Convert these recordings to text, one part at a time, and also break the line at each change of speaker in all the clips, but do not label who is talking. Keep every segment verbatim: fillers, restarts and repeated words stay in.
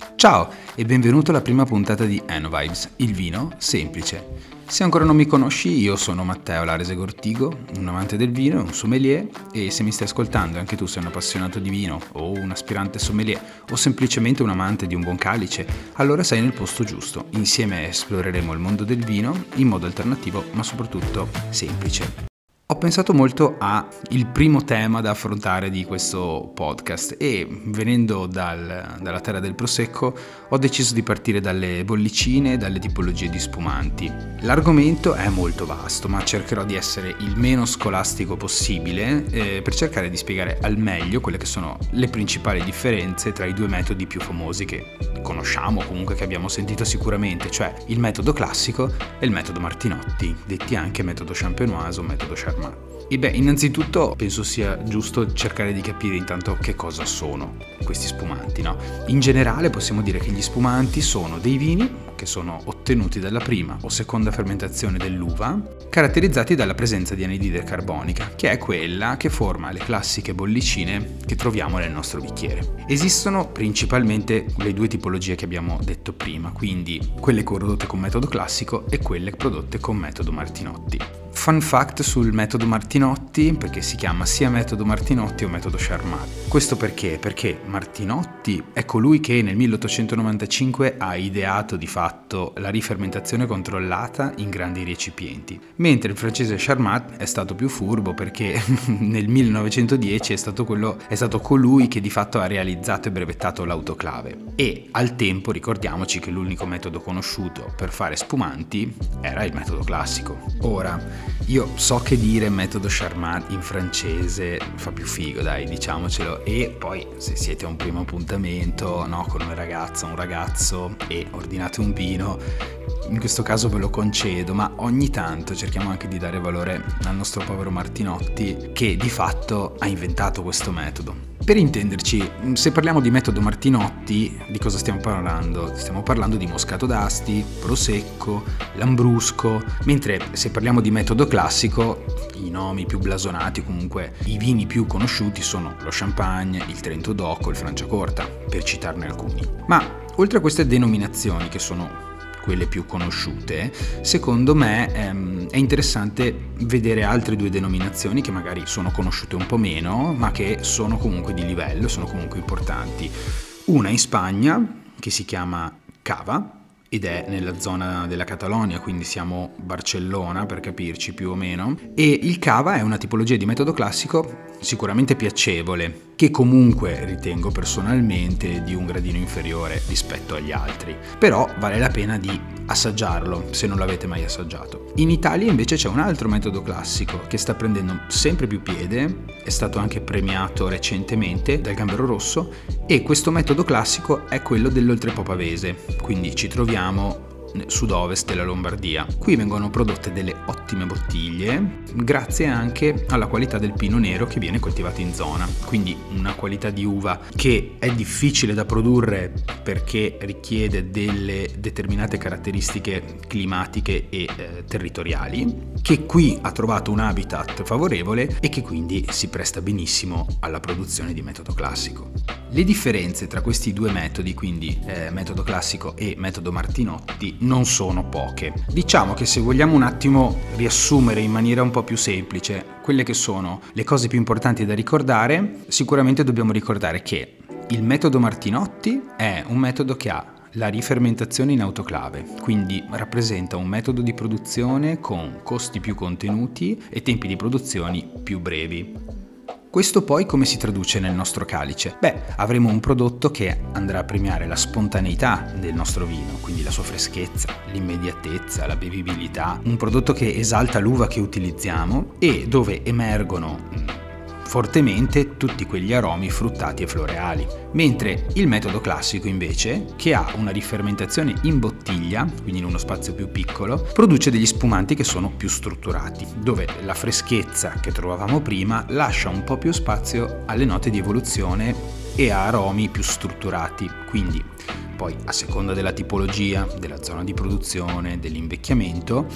Ciao e benvenuto alla prima puntata di Enovibes, il vino semplice. Se ancora non mi conosci, io sono Matteo Larese Gortigo, un amante del vino, un sommelier, e se mi stai ascoltando e anche tu sei un appassionato di vino o un aspirante sommelier o semplicemente un amante di un buon calice, allora sei nel posto giusto. Insieme esploreremo il mondo del vino in modo alternativo ma soprattutto semplice. Ho pensato molto al primo tema da affrontare di questo podcast e venendo dal, dalla terra del Prosecco ho deciso di partire dalle bollicine e dalle tipologie di spumanti. L'argomento è molto vasto, ma cercherò di essere il meno scolastico possibile eh, per cercare di spiegare al meglio quelle che sono le principali differenze tra i due metodi più famosi che conosciamo, comunque che abbiamo sentito sicuramente, cioè il metodo classico e il metodo Martinotti, detti anche metodo champenoise o metodo Charmat. E beh, innanzitutto penso sia giusto cercare di capire intanto che cosa sono questi spumanti, no? In generale possiamo dire che gli spumanti sono dei vini che sono ottenuti dalla prima o seconda fermentazione dell'uva, caratterizzati dalla presenza di anidride carbonica, che è quella che forma le classiche bollicine che troviamo nel nostro bicchiere. Esistono principalmente le due tipologie che abbiamo detto prima, quindi quelle prodotte con metodo classico e quelle prodotte con metodo Martinotti. Fun fact sul metodo Martinotti, perché si chiama sia metodo Martinotti o metodo Charmat. Questo perché? Perché Martinotti è colui che nel milleottocentonovantacinque ha ideato di fatto la rifermentazione controllata in grandi recipienti, mentre il francese Charmat è stato più furbo perché nel millenovecentodieci è stato, quello, è stato colui che di fatto ha realizzato e brevettato l'autoclave. E al tempo ricordiamoci che l'unico metodo conosciuto per fare spumanti era il metodo classico. Ora, io so che dire metodo Charmat in francese fa più figo, dai, diciamocelo, e poi se siete a un primo appuntamento, no, con una ragazza, un ragazzo e ordinate un vino, in questo caso ve lo concedo, ma ogni tanto cerchiamo anche di dare valore al nostro povero Martinotti che di fatto ha inventato questo metodo. Per intenderci, se parliamo di metodo Martinotti, di cosa stiamo parlando? Stiamo parlando di Moscato d'Asti, Prosecco, Lambrusco, mentre se parliamo di metodo classico, i nomi più blasonati, comunque i vini più conosciuti sono lo Champagne, il Trento d'Occo, il Franciacorta, per citarne alcuni. Ma oltre a queste denominazioni che sono quelle più conosciute, secondo me ehm, è interessante vedere altre due denominazioni che magari sono conosciute un po' meno, ma che sono comunque di livello, sono comunque importanti. Una in Spagna, che si chiama Cava, ed è nella zona della Catalogna, quindi siamo Barcellona per capirci più o meno, e il Cava è una tipologia di metodo classico sicuramente piacevole, che comunque ritengo personalmente di un gradino inferiore rispetto agli altri, però vale la pena di assaggiarlo se non l'avete mai assaggiato. In Italia invece c'è un altro metodo classico che sta prendendo sempre più piede, è stato anche premiato recentemente dal Gambero Rosso, e questo metodo classico è quello dell'Oltrepo Pavese, quindi ci troviamo sud-ovest della Lombardia. Qui vengono prodotte delle ottime bottiglie grazie anche alla qualità del pino nero che viene coltivato in zona, quindi una qualità di uva che è difficile da produrre perché richiede delle determinate caratteristiche climatiche e eh, territoriali, che qui ha trovato un habitat favorevole e che quindi si presta benissimo alla produzione di metodo classico. Le differenze tra questi due metodi, quindi eh, metodo classico e metodo Martinotti, non sono poche. Diciamo che se vogliamo un attimo riassumere in maniera un po' più semplice quelle che sono le cose più importanti da ricordare, sicuramente dobbiamo ricordare che il metodo Martinotti è un metodo che ha la rifermentazione in autoclave, quindi rappresenta un metodo di produzione con costi più contenuti e tempi di produzione più brevi. Questo poi come si traduce nel nostro calice? Beh, avremo un prodotto che andrà a premiare la spontaneità del nostro vino, quindi la sua freschezza, l'immediatezza, la bevibilità, un prodotto che esalta l'uva che utilizziamo e dove emergono fortemente tutti quegli aromi fruttati e floreali, mentre il metodo classico invece, che ha una rifermentazione in bottiglia, quindi in uno spazio più piccolo, produce degli spumanti che sono più strutturati, dove la freschezza che trovavamo prima lascia un po' più spazio alle note di evoluzione e a aromi più strutturati, quindi poi a seconda della tipologia, della zona di produzione, dell'invecchiamento,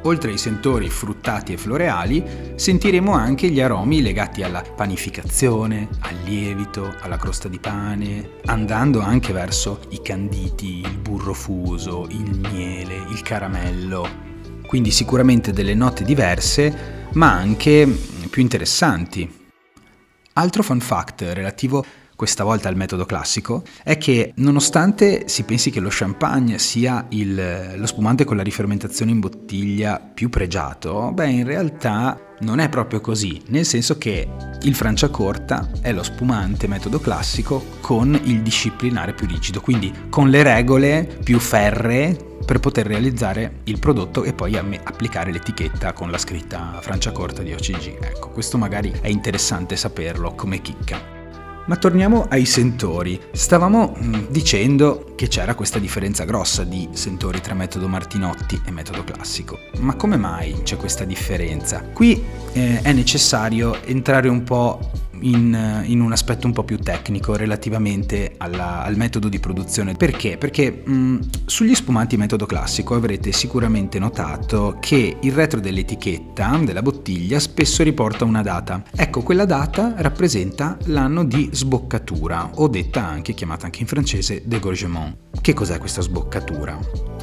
Oltre ai sentori fruttati e floreali, sentiremo anche gli aromi legati alla panificazione, al lievito, alla crosta di pane, andando anche verso i canditi, il burro fuso, il miele, il caramello. Quindi sicuramente delle note diverse, ma anche più interessanti. Altro fun fact relativo questa volta al metodo classico è che nonostante si pensi che lo champagne sia il, lo spumante con la rifermentazione in bottiglia più pregiato, beh in realtà non è proprio così, nel senso che il Franciacorta è lo spumante metodo classico con il disciplinare più rigido, quindi con le regole più ferree per poter realizzare il prodotto e poi applicare l'etichetta con la scritta Franciacorta di O C G. Ecco, questo magari è interessante saperlo come chicca. Ma torniamo ai sentori. Stavamo mh, dicendo che c'era questa differenza grossa di sentori tra metodo Martinotti e metodo classico. Ma come mai c'è questa differenza? Qui eh, è necessario entrare un po' in, in un aspetto un po' più tecnico relativamente alla, al metodo di produzione. Perché? Perché mh, sugli spumanti metodo classico avrete sicuramente notato che il retro dell'etichetta della bottiglia spesso riporta una data. Ecco, quella data rappresenta l'anno di sboccatura, o detta anche, chiamata anche in francese, dégorgement. Che cos'è questa sboccatura?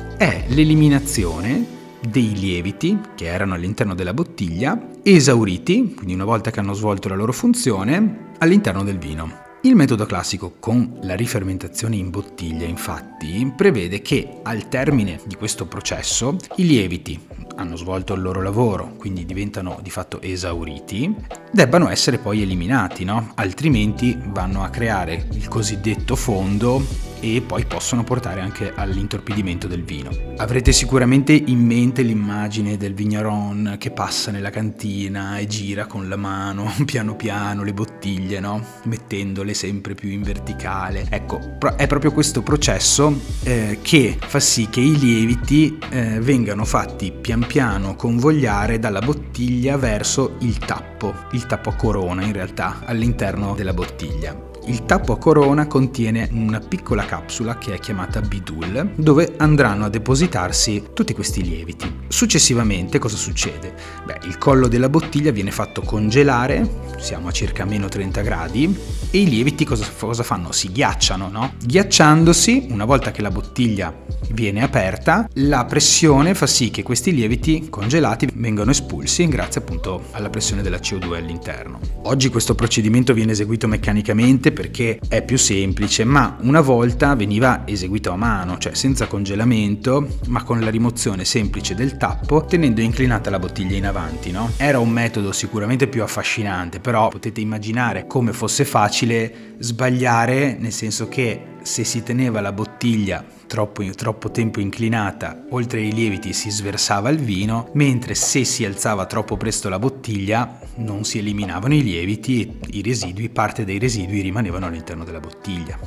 È l'eliminazione dei lieviti che erano all'interno della bottiglia, esauriti, quindi una volta che hanno svolto la loro funzione, all'interno del vino. Il metodo classico con la rifermentazione in bottiglia, infatti, prevede che al termine di questo processo i lieviti hanno svolto il loro lavoro, quindi diventano di fatto esauriti, debbano essere poi eliminati, no? Altrimenti vanno a creare il cosiddetto fondo e poi possono portare anche all'intorpidimento del vino. Avrete sicuramente in mente l'immagine del vigneron che passa nella cantina e gira con la mano piano piano le bottiglie, no? Mettendole sempre più in verticale. Ecco, è proprio questo processo eh, che fa sì che i lieviti eh, vengano fatti pian piano convogliare dalla bottiglia verso il tappo, il tappo a corona in realtà all'interno della bottiglia. Il tappo a corona contiene una piccola capsula che è chiamata bidule, dove andranno a depositarsi tutti questi lieviti. Successivamente cosa succede? Beh, il collo della bottiglia viene fatto congelare, siamo a circa meno trenta gradi, e i lieviti cosa, cosa fanno? Si ghiacciano, no? Ghiacciandosi, una volta che la bottiglia viene aperta, la pressione fa sì che questi lieviti congelati vengano espulsi grazie appunto alla pressione della C O due all'interno. Oggi questo procedimento viene eseguito meccanicamente perché è più semplice, ma una volta veniva eseguito a mano, cioè senza congelamento, ma con la rimozione semplice del tappo, tenendo inclinata la bottiglia in avanti, no? Era un metodo sicuramente più affascinante, però potete immaginare come fosse facile sbagliare, nel senso che se si teneva la bottiglia troppo, troppo tempo inclinata, oltre ai lieviti si sversava il vino, mentre se si alzava troppo presto la bottiglia non si eliminavano i lieviti e i residui, parte dei residui rimanevano all'interno della bottiglia.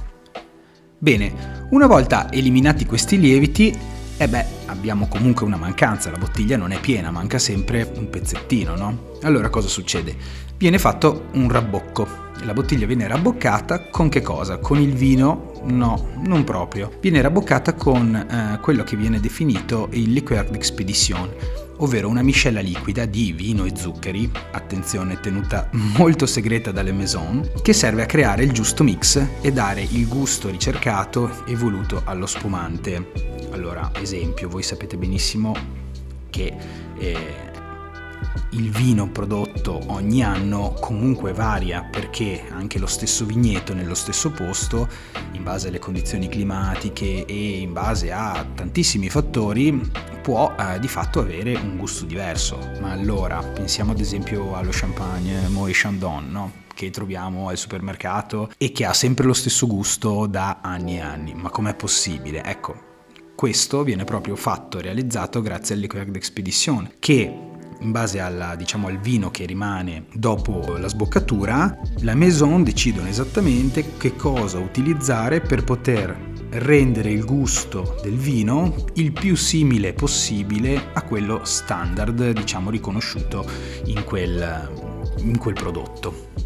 Bene, una volta eliminati questi lieviti, e eh beh, abbiamo comunque una mancanza, la bottiglia non è piena, manca sempre un pezzettino, no? Allora cosa succede? Viene fatto un rabbocco. La bottiglia viene rabboccata con che cosa? Con il vino? No, non proprio. Viene rabboccata con eh, quello che viene definito il liqueur d'expédition, ovvero una miscela liquida di vino e zuccheri, attenzione tenuta molto segreta dalle maison, che serve a creare il giusto mix e dare il gusto ricercato e voluto allo spumante. Allora, esempio, voi sapete benissimo che eh, il vino prodotto ogni anno comunque varia, perché anche lo stesso vigneto nello stesso posto, in base alle condizioni climatiche e in base a tantissimi fattori, può eh, di fatto avere un gusto diverso. Ma allora pensiamo ad esempio allo champagne Moët Chandon, no? Che troviamo al supermercato e che ha sempre lo stesso gusto da anni e anni. Ma com'è possibile? Ecco, questo viene proprio fatto e realizzato grazie al liqueur d'expédition, che in base alla, diciamo, al vino che rimane dopo la sboccatura, la maison decidono esattamente che cosa utilizzare per poter rendere il gusto del vino il più simile possibile a quello standard, diciamo, riconosciuto in quel, in quel prodotto.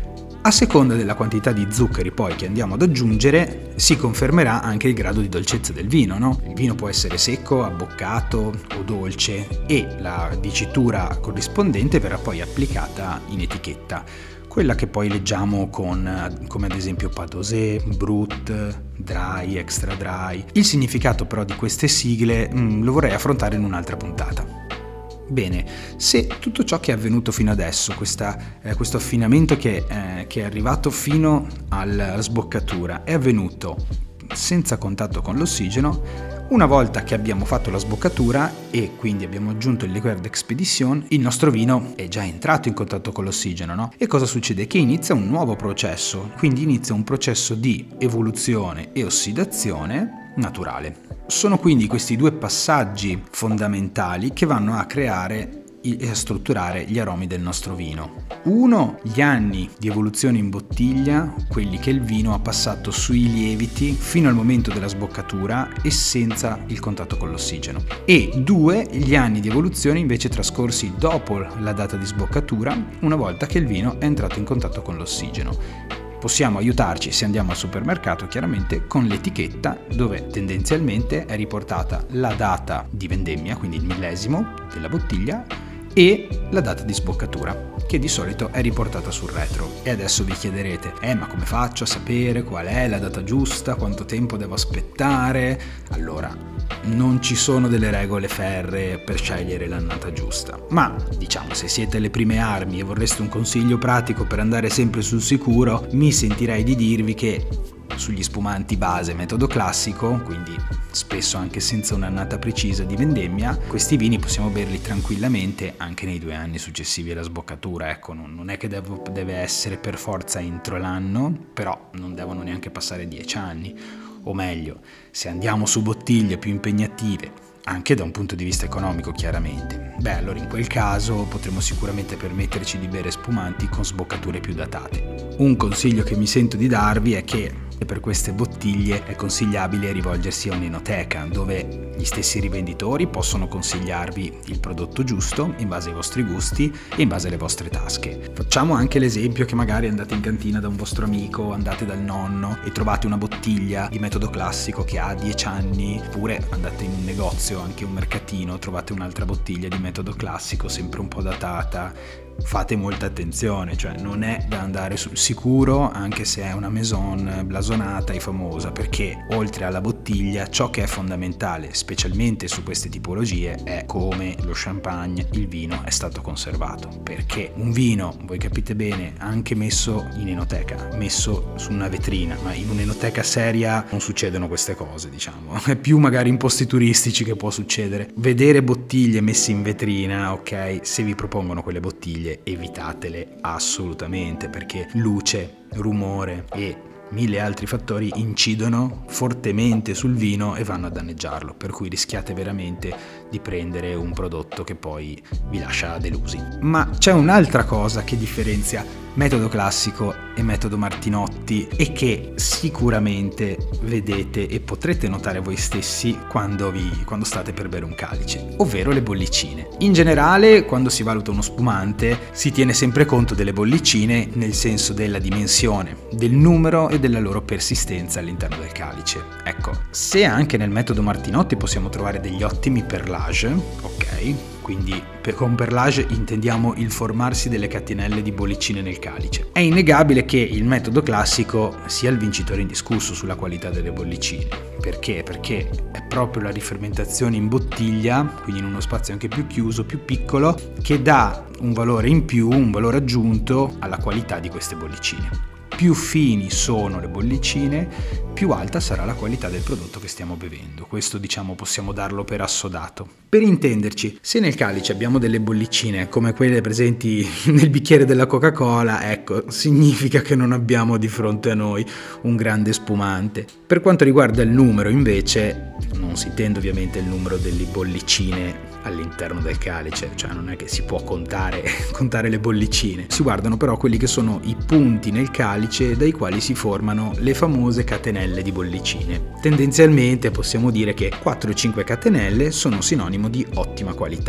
A seconda della quantità di zuccheri poi che andiamo ad aggiungere, si confermerà anche il grado di dolcezza del vino, no? Il vino può essere secco, abboccato o dolce e la dicitura corrispondente verrà poi applicata in etichetta, quella che poi leggiamo con, come ad esempio Padosé, Brut, Dry, Extra Dry. Il significato però di queste sigle mh, lo vorrei affrontare in un'altra puntata. Bene, se tutto ciò che è avvenuto fino adesso, questa, eh, questo affinamento che, eh, che è arrivato fino alla sboccatura, è avvenuto senza contatto con l'ossigeno, una volta che abbiamo fatto la sboccatura e quindi abbiamo aggiunto il liqueur d'expédition, il nostro vino è già entrato in contatto con l'ossigeno, no? E cosa succede? Che inizia un nuovo processo, quindi inizia un processo di evoluzione e ossidazione naturale. Sono quindi questi due passaggi fondamentali che vanno a creare e a strutturare gli aromi del nostro vino. Uno, gli anni di evoluzione in bottiglia, quelli che il vino ha passato sui lieviti fino al momento della sboccatura e senza il contatto con l'ossigeno. E due, gli anni di evoluzione invece trascorsi dopo la data di sboccatura, una volta che il vino è entrato in contatto con l'ossigeno. Possiamo aiutarci, se andiamo al supermercato, chiaramente con l'etichetta dove tendenzialmente è riportata la data di vendemmia, quindi il millesimo della bottiglia, e la data di sboccatura, che di solito è riportata sul retro. E adesso vi chiederete, eh ma come faccio a sapere qual è la data giusta, quanto tempo devo aspettare? Allora, non ci sono delle regole ferree per scegliere l'annata giusta, ma diciamo, se siete alle prime armi e vorreste un consiglio pratico per andare sempre sul sicuro, mi sentirei di dirvi che sugli spumanti base metodo classico, quindi spesso anche senza un'annata precisa di vendemmia, questi vini possiamo berli tranquillamente anche nei due anni successivi alla sboccatura. Ecco, non è che devo, deve essere per forza entro l'anno, però non devono neanche passare dieci anni. O meglio, se andiamo su bottiglie più impegnative, anche da un punto di vista economico chiaramente, beh allora in quel caso potremo sicuramente permetterci di bere spumanti con sboccature più datate. Un consiglio che mi sento di darvi è che per queste bottiglie è consigliabile rivolgersi a un'enoteca, dove gli stessi rivenditori possono consigliarvi il prodotto giusto in base ai vostri gusti e in base alle vostre tasche. Facciamo anche l'esempio che magari andate in cantina da un vostro amico, andate dal nonno e trovate una bottiglia di metodo classico che ha dieci anni, oppure andate in un negozio, anche un mercatino, trovate un'altra bottiglia di metodo classico sempre un po' datata. Fate molta attenzione, cioè non è da andare sul sicuro anche se è una maison blasonata e famosa, perché oltre alla bottiglia ciò che è fondamentale, specialmente su queste tipologie, è come lo champagne, il vino è stato conservato. Perché un vino, voi capite bene, anche messo in enoteca, messo su una vetrina, ma in un'enoteca seria non succedono queste cose, diciamo. È più magari in posti turistici che può succedere. Vedere bottiglie messe in vetrina, ok, se vi propongono quelle bottiglie evitatele assolutamente, perché luce, rumore e mille altri fattori incidono fortemente sul vino e vanno a danneggiarlo, per cui rischiate veramente di prendere un prodotto che poi vi lascia delusi. Ma c'è un'altra cosa che differenzia metodo classico e metodo Martinotti e che sicuramente vedete e potrete notare voi stessi quando, vi, quando state per bere un calice, ovvero le bollicine. In generale, quando si valuta uno spumante si tiene sempre conto delle bollicine nel senso della dimensione, del numero e della loro persistenza all'interno del calice. Ecco, se anche nel metodo Martinotti possiamo trovare degli ottimi perlage, ok? Quindi per, con perlage intendiamo il formarsi delle catenelle di bollicine nel calice. È innegabile che il metodo classico sia il vincitore indiscusso sulla qualità delle bollicine. Perché? Perché è proprio la rifermentazione in bottiglia, quindi in uno spazio anche più chiuso, più piccolo, che dà un valore in più, un valore aggiunto alla qualità di queste bollicine. Più fini sono le bollicine, più alta sarà la qualità del prodotto che stiamo bevendo. Questo, diciamo, possiamo darlo per assodato. Per intenderci, se nel calice abbiamo delle bollicine come quelle presenti nel bicchiere della Coca-Cola, ecco, significa che non abbiamo di fronte a noi un grande spumante. Per quanto riguarda il numero, invece, non si intende ovviamente il numero delle bollicine all'interno del calice, cioè non è che si può contare, contare le bollicine. Si guardano però quelli che sono i punti nel calice dai quali si formano le famose catenelle di bollicine. Tendenzialmente possiamo dire che quattro o cinque catenelle sono sinonimo di ottima qualità.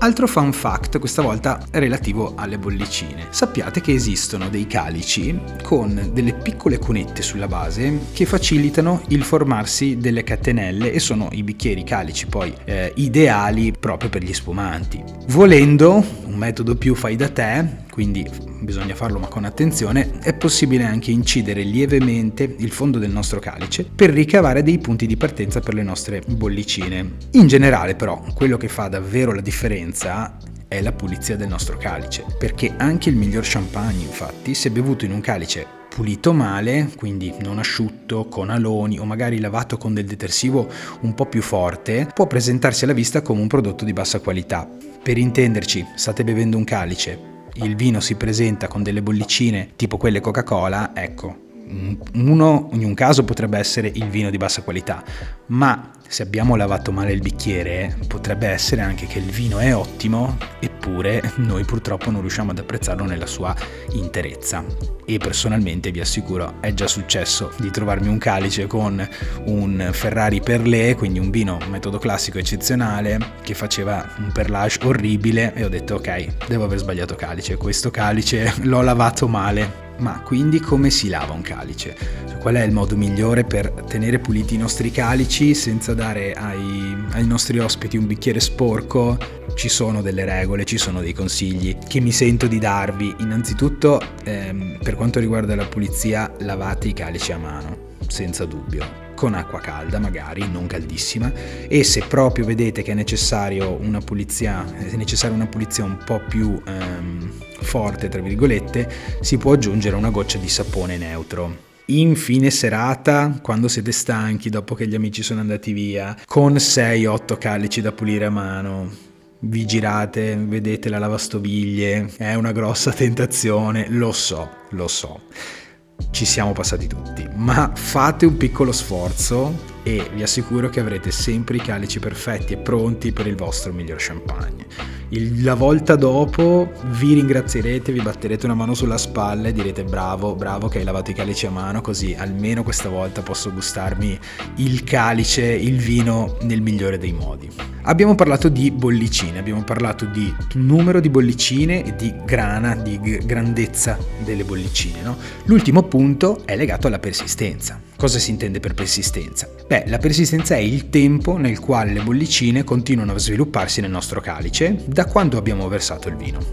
Altro fun fact, questa volta relativo alle bollicine. Sappiate che esistono dei calici con delle piccole cunette sulla base che facilitano il formarsi delle catenelle e sono i bicchieri calici poi eh, ideali proprio per gli spumanti. Volendo, un metodo più fai da te, quindi bisogna farlo ma con attenzione, è possibile anche incidere lievemente il fondo del nostro calice per ricavare dei punti di partenza per le nostre bollicine. In generale però, quello che fa davvero la differenza è la pulizia del nostro calice, perché anche il miglior champagne, infatti, se bevuto in un calice pulito male, quindi non asciutto, con aloni o magari lavato con del detersivo un po' più forte, può presentarsi alla vista come un prodotto di bassa qualità. Per intenderci, state bevendo un calice, il vino si presenta con delle bollicine tipo quelle Coca-Cola, ecco, uno in un caso potrebbe essere il vino di bassa qualità, ma se abbiamo lavato male il bicchiere potrebbe essere anche che il vino è ottimo eppure noi purtroppo non riusciamo ad apprezzarlo nella sua interezza. E personalmente vi assicuro è già successo di trovarmi un calice con un Ferrari Perlé, quindi un vino metodo classico eccezionale che faceva un perlage orribile e ho detto ok, devo aver sbagliato calice, questo calice l'ho lavato male. Ma quindi come si lava un calice? Qual è il modo migliore per tenere puliti i nostri calici senza dare ai, ai nostri ospiti un bicchiere sporco? Ci sono delle regole, ci sono dei consigli che mi sento di darvi. Innanzitutto, ehm, per quanto riguarda la pulizia, lavate i calici a mano, senza dubbio, con acqua calda magari, non caldissima, e se proprio vedete che è necessario una pulizia, è necessaria una pulizia un po' più ehm, forte, tra virgolette, si può aggiungere una goccia di sapone neutro. In fine serata, quando siete stanchi, dopo che gli amici sono andati via, con sei otto calici da pulire a mano, vi girate, vedete la lavastoviglie, è una grossa tentazione, lo so, lo so. Ci siamo passati tutti, ma fate un piccolo sforzo e vi assicuro che avrete sempre i calici perfetti e pronti per il vostro miglior champagne. Il, la volta dopo vi ringrazierete, vi batterete una mano sulla spalla e direte bravo, bravo che hai lavato i calici a mano, così almeno questa volta posso gustarmi il calice, il vino nel migliore dei modi. Abbiamo parlato di bollicine, abbiamo parlato di numero di bollicine e di grana, di grandezza delle bollicine, no? L'ultimo punto è legato alla persistenza. Cosa si intende per persistenza? Beh, la persistenza è il tempo nel quale le bollicine continuano a svilupparsi nel nostro calice da quando abbiamo versato il vino.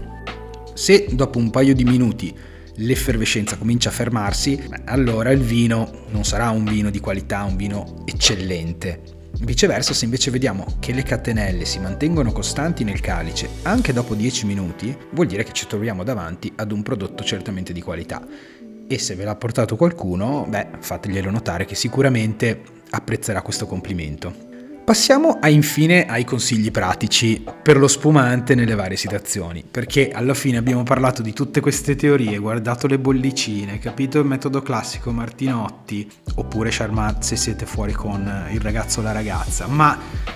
Se dopo un paio di minuti l'effervescenza comincia a fermarsi, beh, allora il vino non sarà un vino di qualità, un vino eccellente. Viceversa, se invece vediamo che le catenelle si mantengono costanti nel calice anche dopo dieci minuti, vuol dire che ci troviamo davanti ad un prodotto certamente di qualità. E se ve l'ha portato qualcuno, beh, fateglielo notare che sicuramente apprezzerà questo complimento. Passiamo a, infine ai consigli pratici per lo spumante nelle varie situazioni, perché alla fine abbiamo parlato di tutte queste teorie, guardato le bollicine, capito il metodo classico Martinotti, oppure Charmat se siete fuori con il ragazzo o la ragazza, ma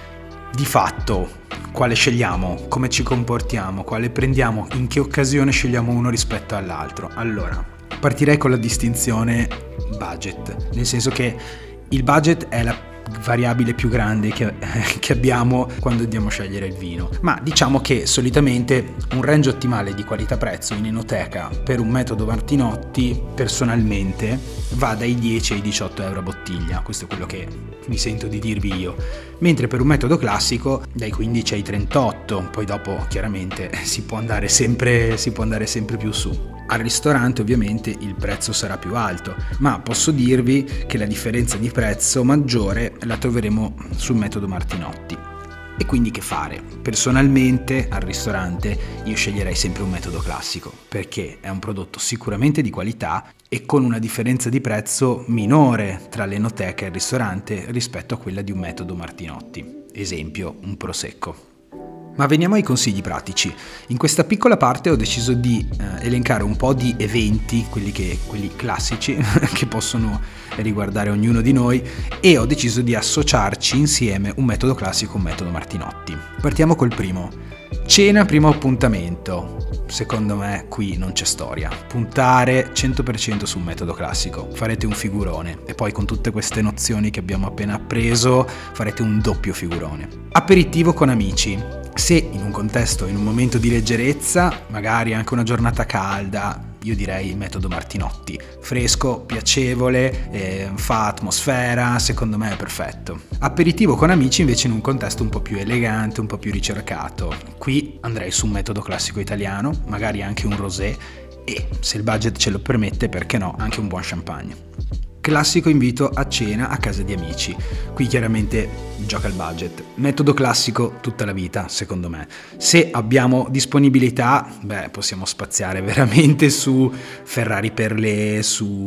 di fatto quale scegliamo, come ci comportiamo, quale prendiamo, in che occasione scegliamo uno rispetto all'altro? Allora, partirei con la distinzione budget, nel senso che il budget è la variabile più grande che, che abbiamo quando andiamo a scegliere il vino, ma diciamo che solitamente un range ottimale di qualità-prezzo in enoteca per un metodo Martinotti personalmente va dai dieci ai diciotto euro a bottiglia, questo è quello che mi sento di dirvi io, mentre per un metodo classico dai quindici ai trentotto, poi dopo chiaramente si può andare sempre, si può andare sempre più su. Al ristorante ovviamente il prezzo sarà più alto, ma posso dirvi che la differenza di prezzo maggiore la troveremo sul metodo Martinotti. E quindi che fare? Personalmente al ristorante io sceglierei sempre un metodo classico, perché è un prodotto sicuramente di qualità e con una differenza di prezzo minore tra l'enoteca e il ristorante rispetto a quella di un metodo Martinotti. Esempio, un prosecco. Ma veniamo ai consigli pratici. In questa piccola parte ho deciso di eh, elencare un po' di eventi, quelli, che, quelli classici, che possono riguardare ognuno di noi, e ho deciso di associarci insieme un metodo classico e un metodo Martinotti. Partiamo col primo. Cena primo appuntamento. Secondo me qui non c'è storia. Puntare cento per cento sul metodo classico. Farete un figurone e poi con tutte queste nozioni che abbiamo appena appreso farete un doppio figurone. Aperitivo con amici. Se in un contesto, in un momento di leggerezza, magari anche una giornata calda, io direi il metodo Martinotti, fresco, piacevole, eh, fa atmosfera, secondo me è perfetto. Aperitivo con amici invece in un contesto un po' più elegante, un po' più ricercato. Qui andrei su un metodo classico italiano, magari anche un rosé e, se il budget ce lo permette, perché no, anche un buon champagne. Classico invito a cena a casa di amici. Qui chiaramente gioca il budget. Metodo classico tutta la vita, secondo me. Se abbiamo disponibilità, beh, possiamo spaziare veramente su Ferrari Perlé,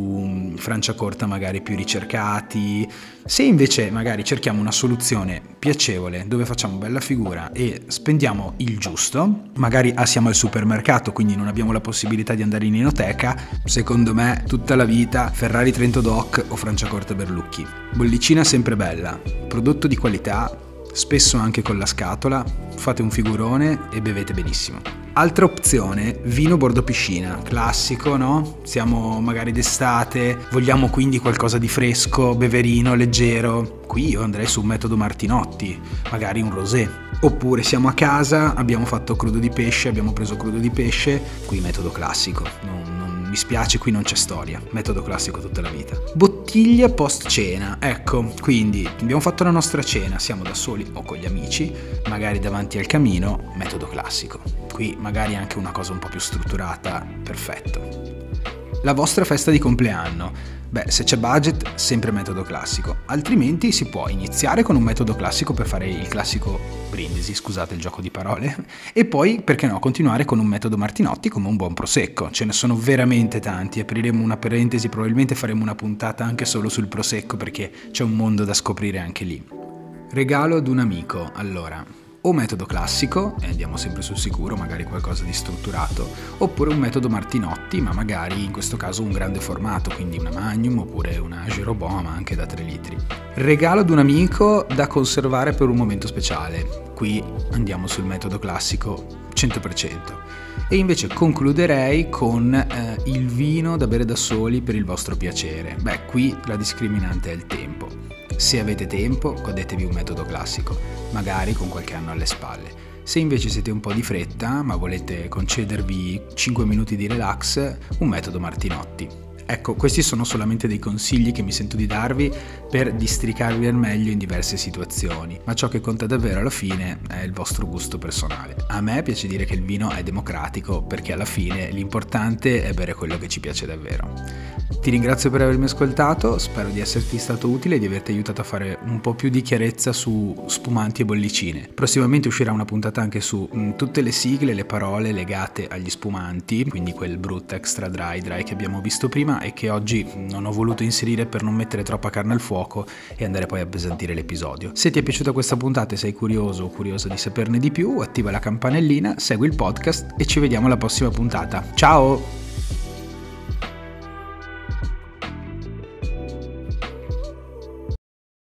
su Franciacorta magari più ricercati. Se invece magari cerchiamo una soluzione piacevole, dove facciamo bella figura e spendiamo il giusto, magari ah, siamo al supermercato, quindi non abbiamo la possibilità di andare in enoteca, secondo me tutta la vita Ferrari Trento Doc o Franciacorta Berlucchi. Bollicina sempre bella, prodotto di qualità, spesso anche con la scatola, fate un figurone e bevete benissimo. Altra opzione, vino bordo piscina, classico, no? Siamo magari d'estate, vogliamo quindi qualcosa di fresco, beverino, leggero. Qui io andrei su un metodo Martinotti, magari un rosé. Oppure siamo a casa, abbiamo fatto crudo di pesce, abbiamo preso crudo di pesce, qui metodo classico, non, non mi spiace, qui non c'è storia, metodo classico tutta la vita. Bottiglia post cena, ecco, quindi abbiamo fatto la nostra cena, siamo da soli o con gli amici, magari davanti al camino, metodo classico. Qui magari anche una cosa un po' più strutturata, perfetto. La vostra festa di compleanno. Beh, se c'è budget, sempre metodo classico. Altrimenti si può iniziare con un metodo classico per fare il classico brindisi, scusate il gioco di parole, e poi, perché no, continuare con un metodo Martinotti come un buon prosecco. Ce ne sono veramente tanti, apriremo una parentesi, probabilmente faremo una puntata anche solo sul prosecco perché c'è un mondo da scoprire anche lì. Regalo ad un amico, allora... o metodo classico, e andiamo sempre sul sicuro, magari qualcosa di strutturato, oppure un metodo Martinotti, ma magari in questo caso un grande formato, quindi una Magnum oppure una Jeroboam anche da tre litri. Regalo ad un amico da conservare per un momento speciale. Qui andiamo sul metodo classico cento per cento. E invece concluderei con eh, il vino da bere da soli per il vostro piacere. Beh, qui la discriminante è il tempo. Se avete tempo, godetevi un metodo classico, magari con qualche anno alle spalle. Se invece siete un po' di fretta, ma volete concedervi cinque minuti di relax, un metodo Martinotti. Ecco, questi sono solamente dei consigli che mi sento di darvi per districarvi al meglio in diverse situazioni, ma ciò che conta davvero alla fine è il vostro gusto personale. A me piace dire che il vino è democratico perché alla fine l'importante è bere quello che ci piace davvero. Ti ringrazio per avermi ascoltato, spero di esserti stato utile e di averti aiutato a fare un po' più di chiarezza su spumanti e bollicine. Prossimamente uscirà una puntata anche su mh, tutte le sigle, le parole legate agli spumanti, quindi quel brut, extra dry, dry che abbiamo visto prima e che oggi non ho voluto inserire per non mettere troppa carne al fuoco e andare poi a appesantire l'episodio. Se ti è piaciuta questa puntata e sei curioso o curiosa di saperne di più, attiva la campanellina, segui il podcast e ci vediamo alla prossima puntata. Ciao!